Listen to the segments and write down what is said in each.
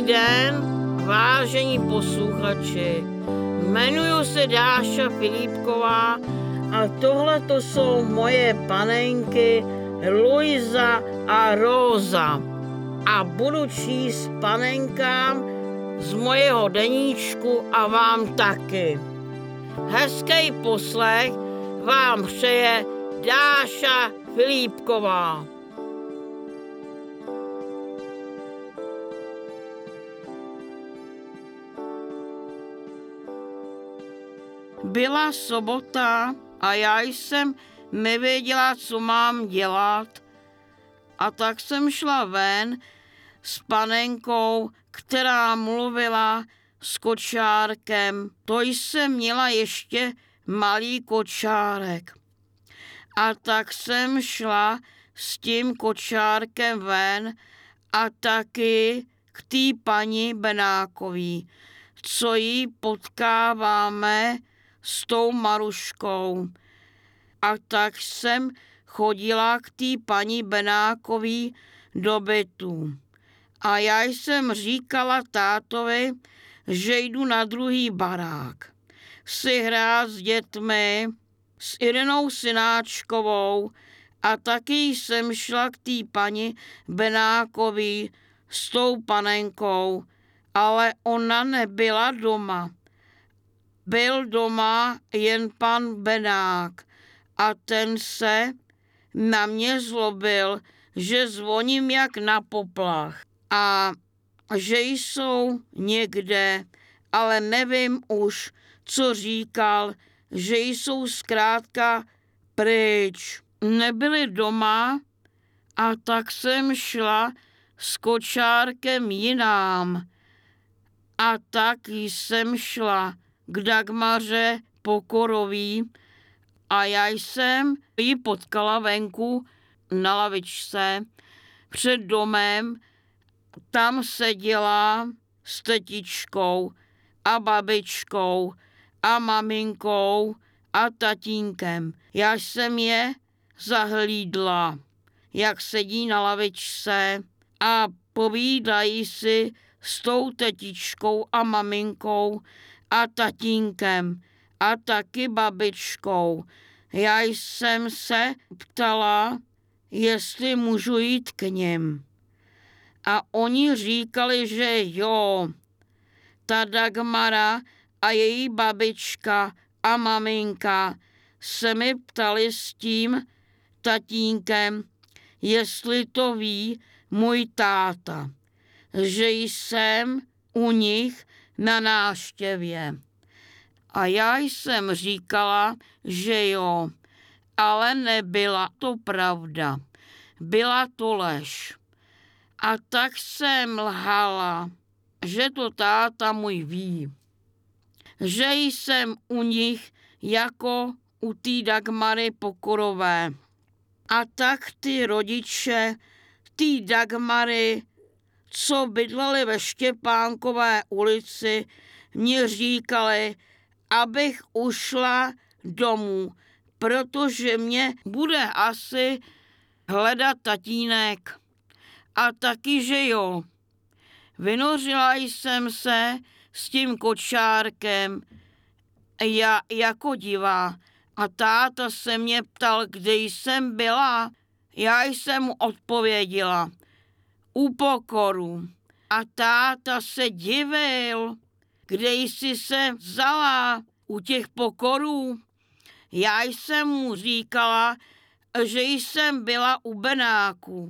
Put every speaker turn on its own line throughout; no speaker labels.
den, vážení posluchači. Jmenuji se Dáša Filipková a tohle to jsou moje panenky Luisa a Róza. A budu číst panenkám z mojeho deníčku a vám taky. Hezký poslech vám přeje Dáša Filipková. Byla sobota a já jsem nevěděla, co mám dělat, a tak jsem šla ven s panenkou, která mluvila s kočárkem. To jsem měla ještě malý kočárek. A tak jsem šla s tím kočárkem ven a taky k té paní Benákový, co ji potkáváme s tou Maruškou. A tak jsem chodila k té paní Benákový do bytu. A já jsem říkala tátovi, že jdu na druhý barák si hrát s dětmi, s Irinou Synáčkovou, a taky jsem šla k té paní Benákový s tou panenkou, ale ona nebyla doma. Byl doma jen pan Benák a ten se na mě zlobil, že zvoním jak na poplach a že jsou někde, ale nevím už, co říkal, že jsou zkrátka pryč. Nebyli doma a tak jsem šla s kočárkem jinam. A tak jsem šla k Dagmaře Pokorový a já jsem ji potkala venku na lavičce před domem. Tam seděla s tetičkou a babičkou a maminkou a tatínkem. Já jsem je zahlídla, jak sedí na lavičce a povídají si s tou tetičkou a maminkou a tatínkem a taky babičkou. Já jsem se ptala, jestli můžu jít k nim. A oni říkali, že jo. Ta Dagmara a její babička a maminka se mi ptali s tím tatínkem, jestli to ví můj táta, že jsem u nich na návštěvě. A já jsem říkala, že jo, ale nebyla to pravda. Byla to lež. A tak jsem lhala, že to táta můj ví. Že jsem u nich jako u té Dagmary Pokorové. A tak ty rodiče té Dagmary, co bydleli ve Štěpánkové ulici, mě říkali, abych ušla domů, protože mě bude asi hledat tatínek. A taky, že jo. Vynořila jsem se s tím kočárkem jako divá a táta se mě ptal, kde jsem byla. Já jsem mu odpověděla u Pokoru. A táta se divil, kde jsi se vzala u těch Pokorů. Já jsem mu říkala, že jsem byla u Benáků.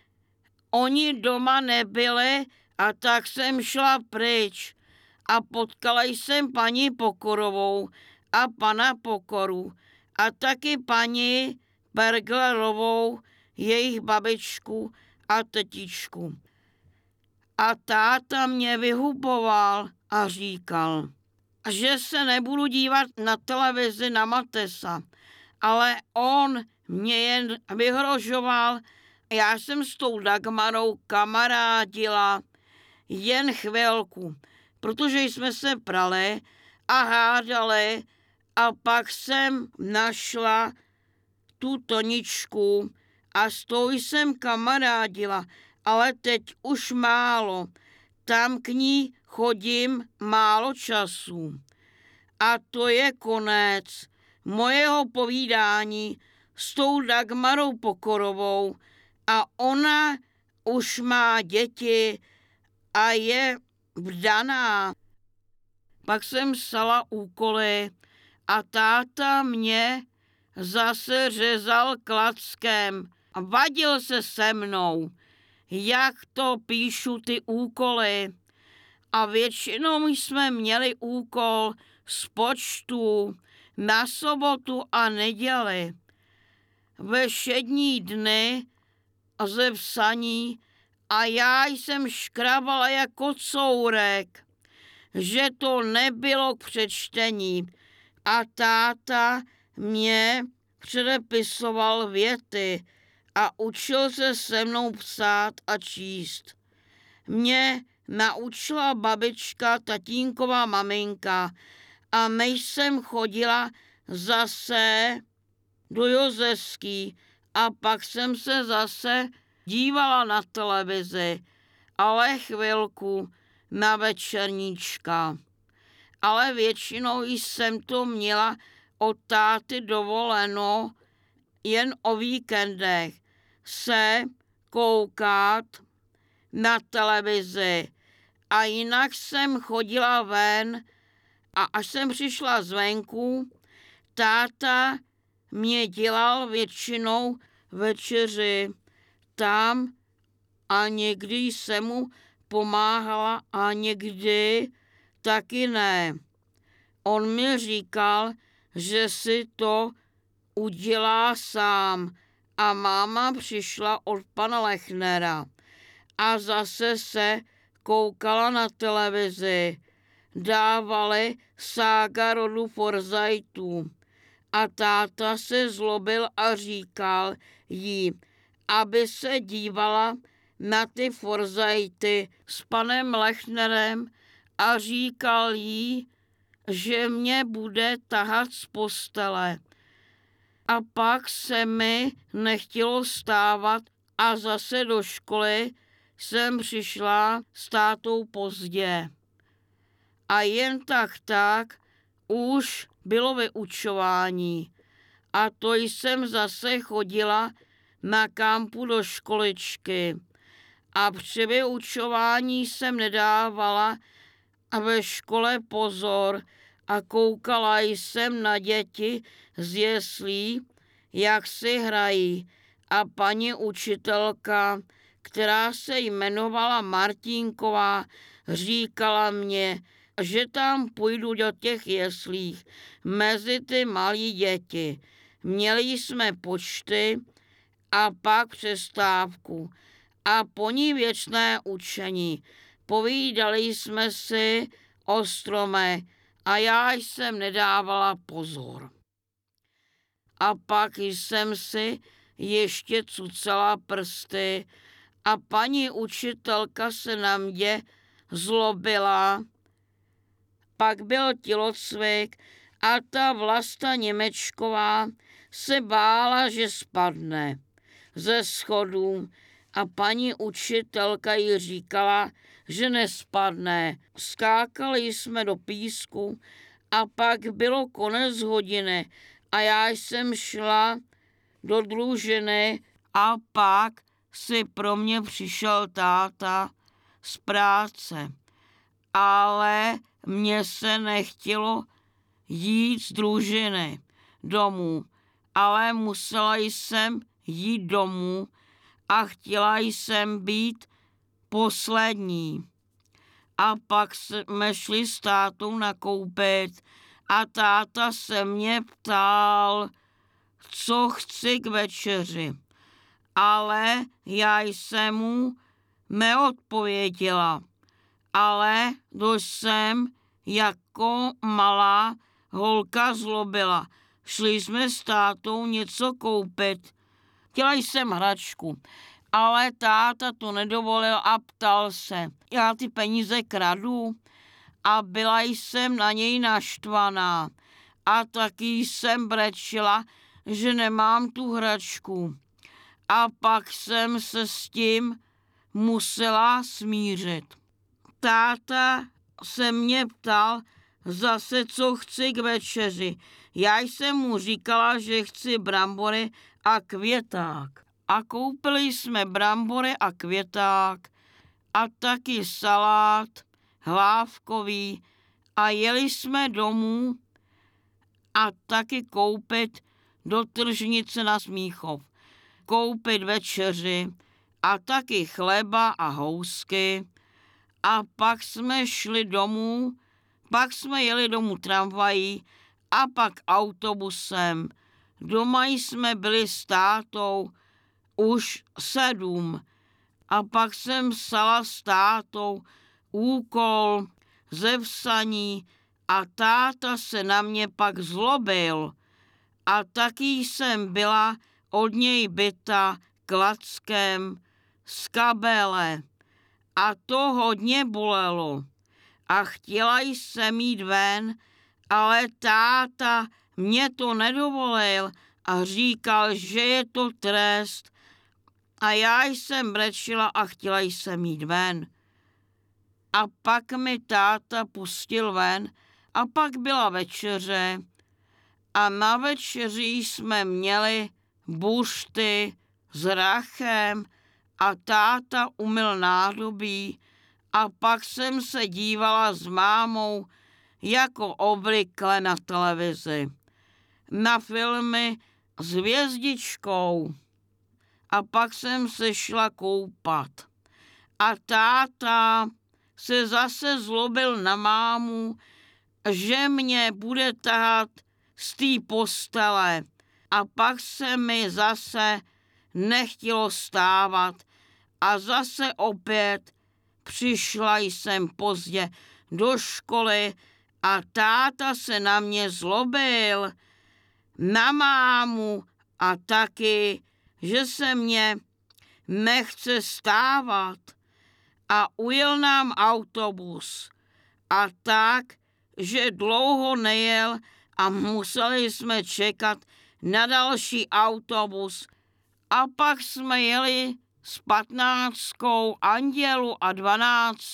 Oni doma nebyli a tak jsem šla pryč a potkala jsem paní Pokorovou a pana Pokoru a taky paní Berglerovou, jejich babičku a tetičku. A táta mě vyhuboval a říkal, že se nebudu dívat na televizi na Matesa, ale on mě jen vyhrožoval. Já jsem s tou Dagmarou kamarádila jen chvilku, protože jsme se prali a hádali a pak jsem našla tu Toničku a s tou jsem kamarádila, ale teď už málo. Tam k ní chodím málo času. A to je konec mojeho povídání s tou Dagmarou Pokorovou a ona už má děti a je vdaná. Pak jsem psala úkoly a táta mě zase řezal klackem a vadil se mnou, jak to píšu ty úkoly. A většinou jsme měli úkol z počtu na sobotu a neděli. Ve všední dny ze psaní a já jsem škrabala jako courek, že to nebylo k přečtení a táta mě předepisoval věty a učil se mnou psát a číst. Mě naučila babička, tatínková maminka a než jsem chodila zase do Josefský a pak jsem se zase dívala na televizi, ale chvilku na večerníčka. Ale většinou jsem to měla od táty dovoleno jen o víkendech se koukat na televizi. A jinak jsem chodila ven a až jsem přišla zvenku, táta mě dělal většinou večeři tam a někdy jsem mu pomáhala a někdy taky ne. On mi říkal, že si to udělá sám a máma přišla od pana Lechnera a zase se koukala na televizi. Dávali sága rodu Forsythů a táta se zlobil a říkal jí, aby se dívala na ty Forsythy s panem Lechnerem a říkal jí, že mě bude tahat z postele. A pak se mi nechtělo stávat a zase do školy jsem přišla s tátou pozdě. A jen tak už bylo vyučování. A to jsem zase chodila na kampu do školičky. A při vyučování jsem nedávala a ve škole pozor a koukala jsem na děti z jeslí, jak si hrají. A paní učitelka, která se jmenovala Martínková, říkala mě, že tam půjdu do těch jeslích mezi ty malí děti. Měli jsme počty a pak přestávku a po ní věčné učení. Povídali jsme si o stromech a já jsem nedávala pozor. A pak jsem si ještě cucala prsty a paní učitelka se na mě zlobila. Pak byl tělocvik a ta Vlasta Němečková se bála, že spadne ze schodů a paní učitelka jí říkala, že nespadne. Skákali jsme do písku a pak bylo konec hodiny a já jsem šla do družiny a pak si pro mě přišel táta z práce. Ale mně se nechtělo jít z družiny domů, ale musela jsem jít domů a chtěla jsem být poslední. A pak jsme šli s tátou nakoupit a táta se mě ptal, co chci k večeři. Ale já jsem mu neodpověděla. Ale to jsem jako malá holka zlobila. Šli jsme s tátou něco koupit. Chtěla jsem hračku, ale táta to nedovolil a ptal se, já ty peníze kradu? A byla jsem na něj naštvaná. A taky jsem brečela, že nemám tu hračku. A pak jsem se s tím musela smířit. táta se mě ptal zase, co chci k večeři. Já jsem mu říkala, že chci brambory a květák. A koupili jsme brambory a květák a taky salát hlávkový a jeli jsme domů a taky koupit do tržnice na Smíchov. Koupit večeři a taky chleba a housky a pak jsme šli domů, pak jsme jeli domů tramvají a pak autobusem. Doma jsme byli s tátou už 7 a pak jsem psala s tátou úkol ze psaní a táta se na mě pak zlobil a taky jsem byla od něj bita klackem z kabele a to hodně bolelo a chtěla jsem jít ven, ale táta mě to nedovolil a říkal, že je to trest a já jsem brečela a chtěla jsem jít ven. A pak mi táta pustil ven a pak byla večeře a na večeři jsme měli bušty s rachem a táta umyl nádobí a pak jsem se dívala s mámou jako obvykle na televizi, na filmy s Hvězdičkou a pak jsem se šla koupat. A táta se zase zlobil na mámu, že mě bude tahat z té postele a pak se mi zase nechtělo stávat a zase opět přišla jsem pozdě do školy a táta se na mě zlobil, na mámu a taky, že se mě nechce stávat a ujel nám autobus a tak, že dlouho nejel a museli jsme čekat na další autobus a pak jsme jeli s 15 Andělu a 12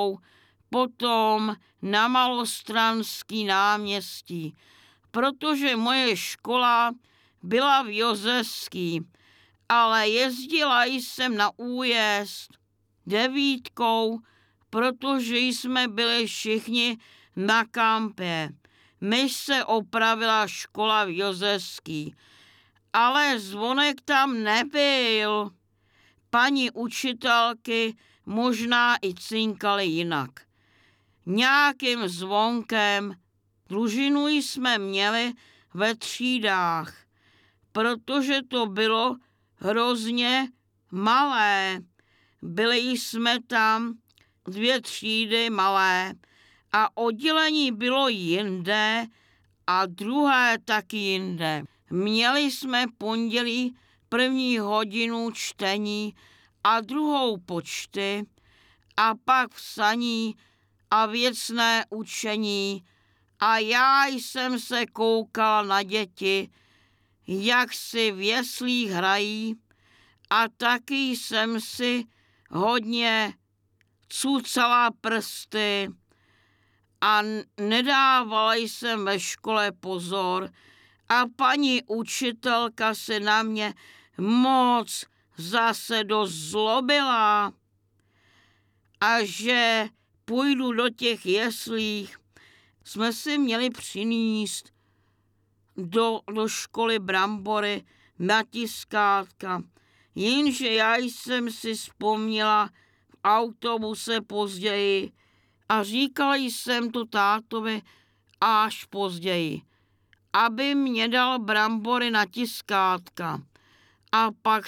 potom na Malostranský náměstí, protože moje škola byla v Josefský, ale jezdila jsem na újezd 9, protože jsme byli všichni na kampě, než se opravila škola v Josefský. Ale zvonek tam nebyl. Paní učitelky možná i cinkaly jinak. Nějakým zvonkem družinu jsme měli ve třídách, protože to bylo hrozně malé. Byli jsme tam 2 třídy malé a oddělení bylo jinde a druhé taky jinde. Měli jsme pondělí 1. hodinu čtení a 2. počty a pak psaní a věcné učení a já jsem se koukala na děti, jak si v jeslích hrají a taky jsem si hodně cucala prsty a nedávala jsem ve škole pozor a paní učitelka se na mě moc zase dost zlobila a že půjdu do těch jeslích, jsme si měli přinést do školy brambory na tiskátka. Jenže já jsem si vzpomněla v autobuse později a říkala jsem to tátovi až později, aby mě dal brambory na tiskátka. A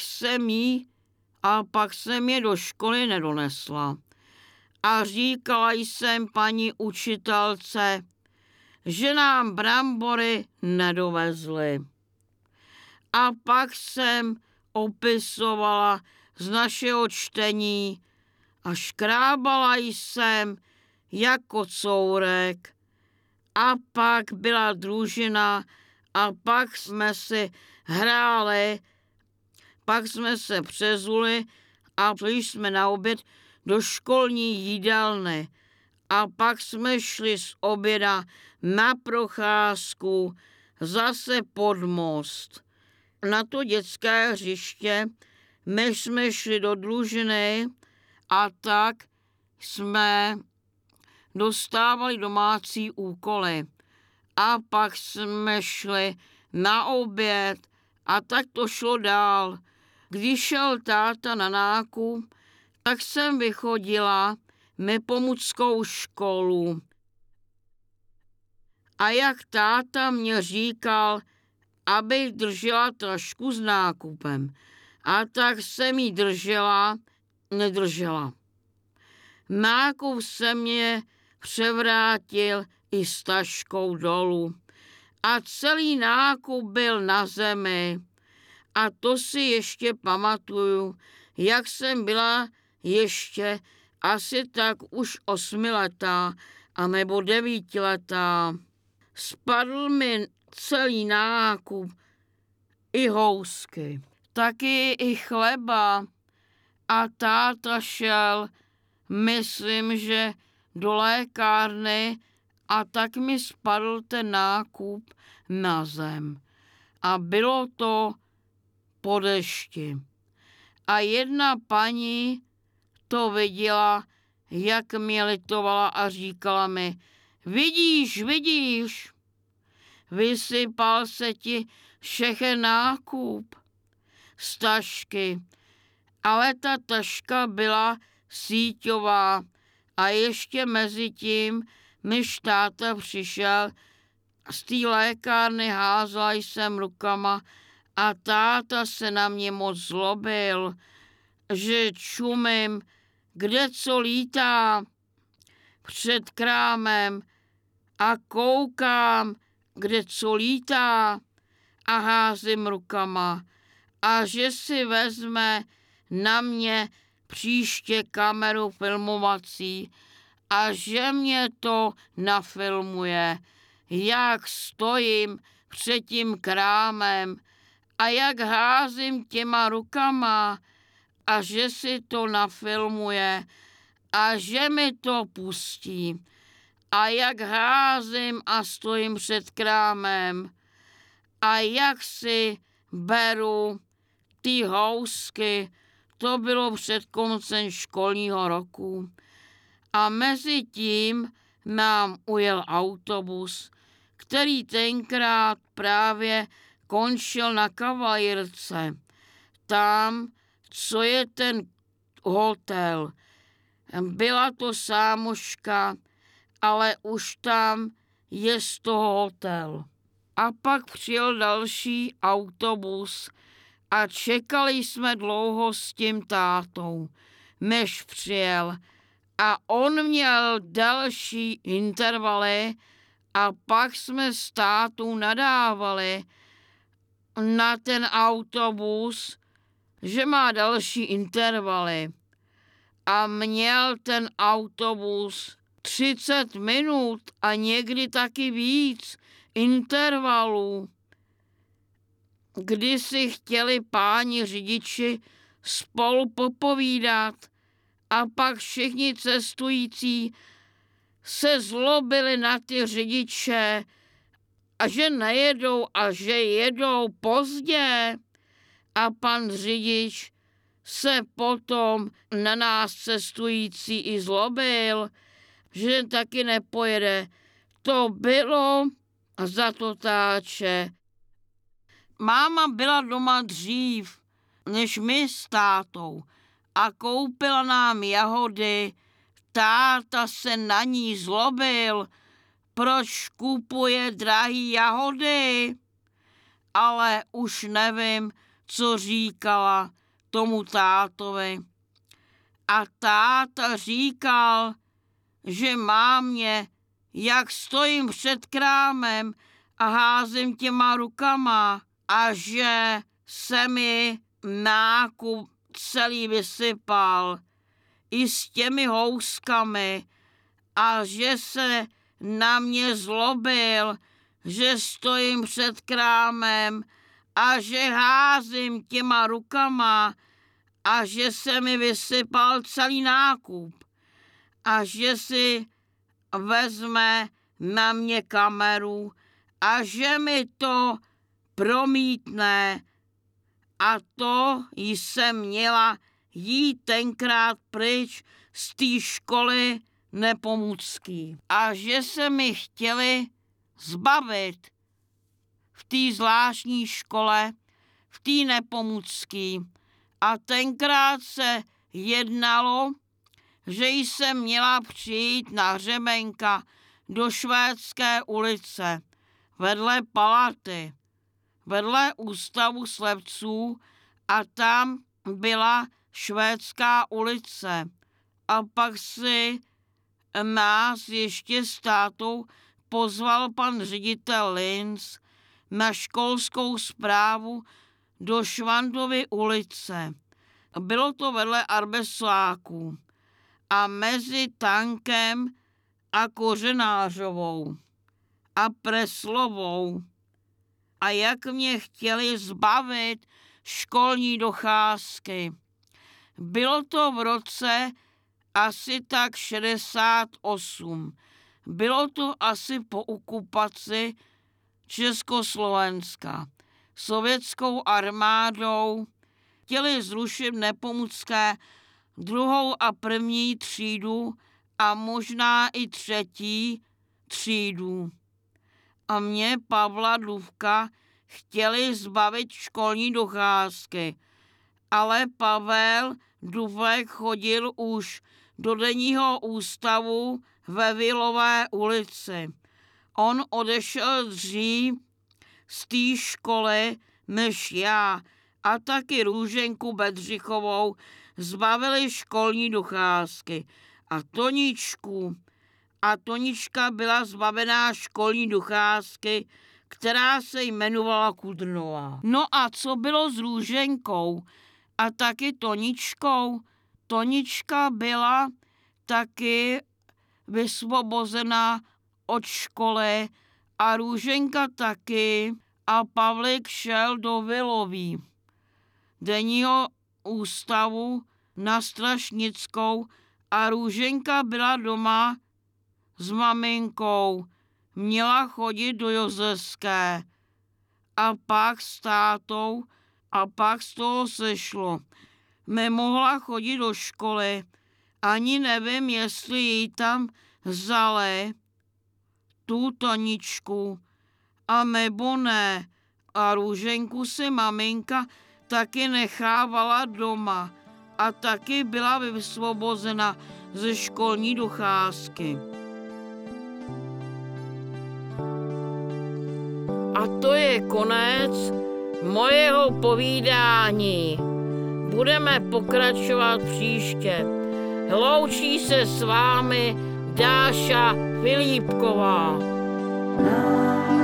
pak jsem je do školy nedonesla. A říkala jsem paní učitelce, že nám brambory nedovezly. A pak jsem opisovala z našeho čtení a škrábala jsem jako courek. A pak byla družina a pak jsme si hráli, pak jsme se přezuli a šli jsme na oběd do školní jídelny a pak jsme šli z oběda na procházku zase pod most. Na to dětské hřiště, než jsme šli do družiny a tak jsme dostávali domácí úkoly. A pak jsme šli na oběd a tak to šlo dál. Když šel táta na nákup, tak jsem vychodila nepomůckou školu. A jak táta mě říkal, abych držela tašku s nákupem. A tak jsem ji nedržela. Nákup se mě převrátil i s taškou dolů. A celý nákup byl na zemi. A to si ještě pamatuju, jak jsem byla ještě asi tak už 8letá a nebo 9letá. Spadl mi celý nákup, i housky, taky i chleba. A táta šel, myslím, že do lékárny a tak mi spadl ten nákup na zem. A bylo to po dešti. A jedna paní to viděla, jak mě litovala a říkala mi, vidíš, vysypal se ti všechen nákup z tašky. Ale ta taška byla síťová a ještě mezi tím, než táta přišel, z té lékárny házela jsem rukama a táta se na mě moc zlobil, že čumím, kde co lítá před krámem a koukám, kde co lítá a házím rukama a že si vezme na mě příště kameru filmovací a že mě to nafilmuje, jak stojím před tím krámem a jak házím těma rukama a že si to nafilmuje a že mi to pustí a jak házím a stojím před krámem a jak si beru ty housky, to bylo před koncem školního roku. A mezi tím nám ujel autobus, který tenkrát právě končil na Kavalírce. Tam, co je ten hotel. Byla to sámoška, ale už tam je z toho hotel. A pak přijel další autobus a čekali jsme dlouho s tím tátou, než přijel. A on měl další intervaly a pak jsme s tátou nadávali na ten autobus, že má další intervaly. A měl ten autobus 30 minut a někdy taky víc intervalů, kdy si chtěli páni řidiči spolu popovídat a pak všichni cestující se zlobili na ty řidiče a že nejedou a že jedou pozdě. A pan řidič se potom na nás cestující i zlobil, že taky nepojede. To bylo za totáče. Máma byla doma dřív, než my s tátou a koupila nám jahody. Táta se na ní zlobil, proč kupuje drahý jahody, ale už nevím, co říkala tomu tátovi. A táta říkal, že mámě, jak stojím před krámem a házím těma rukama a že se mi nákup celý vysypal i s těmi houskami a že se na mě zlobil, že stojím před krámem a že házím těma rukama a že se mi vysypal celý nákup a že si vezme na mě kameru a že mi to promítne a to jsem měla jít tenkrát pryč z té školy Nepomucký. A že se mi chtěli zbavit v té zvláštní škole, v té Nepomucký. A tenkrát se jednalo, že jsem měla přijít na Hřebenka do Švédské ulice, vedle Palaty, vedle ústavu slepců a tam byla Švédská ulice. A pak si nás ještě s tátou pozval pan ředitel Linz na školskou správu do Švandovy ulice. Bylo to vedle Arbesláků a mezi Tankem a Kořenářovou a Preslovou. A jak mě chtěli zbavit školní docházky. Bylo to v roce asi tak 68. Bylo to asi po okupaci Československa sovětskou armádou. Chtěli zrušit Nepomucké 2. a 1. třídu a možná i 3. třídu. A mě, Pavla Dufka, chtěli zbavit školní docházky. Ale Pavel Dufek chodil už do denního ústavu ve Vilové ulici. On odešel dřív z té školy než já a taky Růženku Bedřichovou zbavili školní docházky. A Tonička byla zbavená školní docházky, která se jmenovala Kudrnová. No a co bylo s Růženkou a taky Toničkou? Tonička byla taky vysvobozená od školy a Růženka taky a Pavlik šel do Vilový denního ústavu na Strašnickou a Růženka byla doma s maminkou. Měla chodit do Jozefské a pak s tátou a pak z toho sešlo. Nemohla chodit do školy. Ani nevím, jestli jí tam vzali tu Toničku a nebo ne. A Růženku si maminka taky nechávala doma a taky byla vysvobozena ze školní docházky. A to je konec mojeho povídání. Budeme pokračovat příště. Loučí se s vámi Dáša Filipková.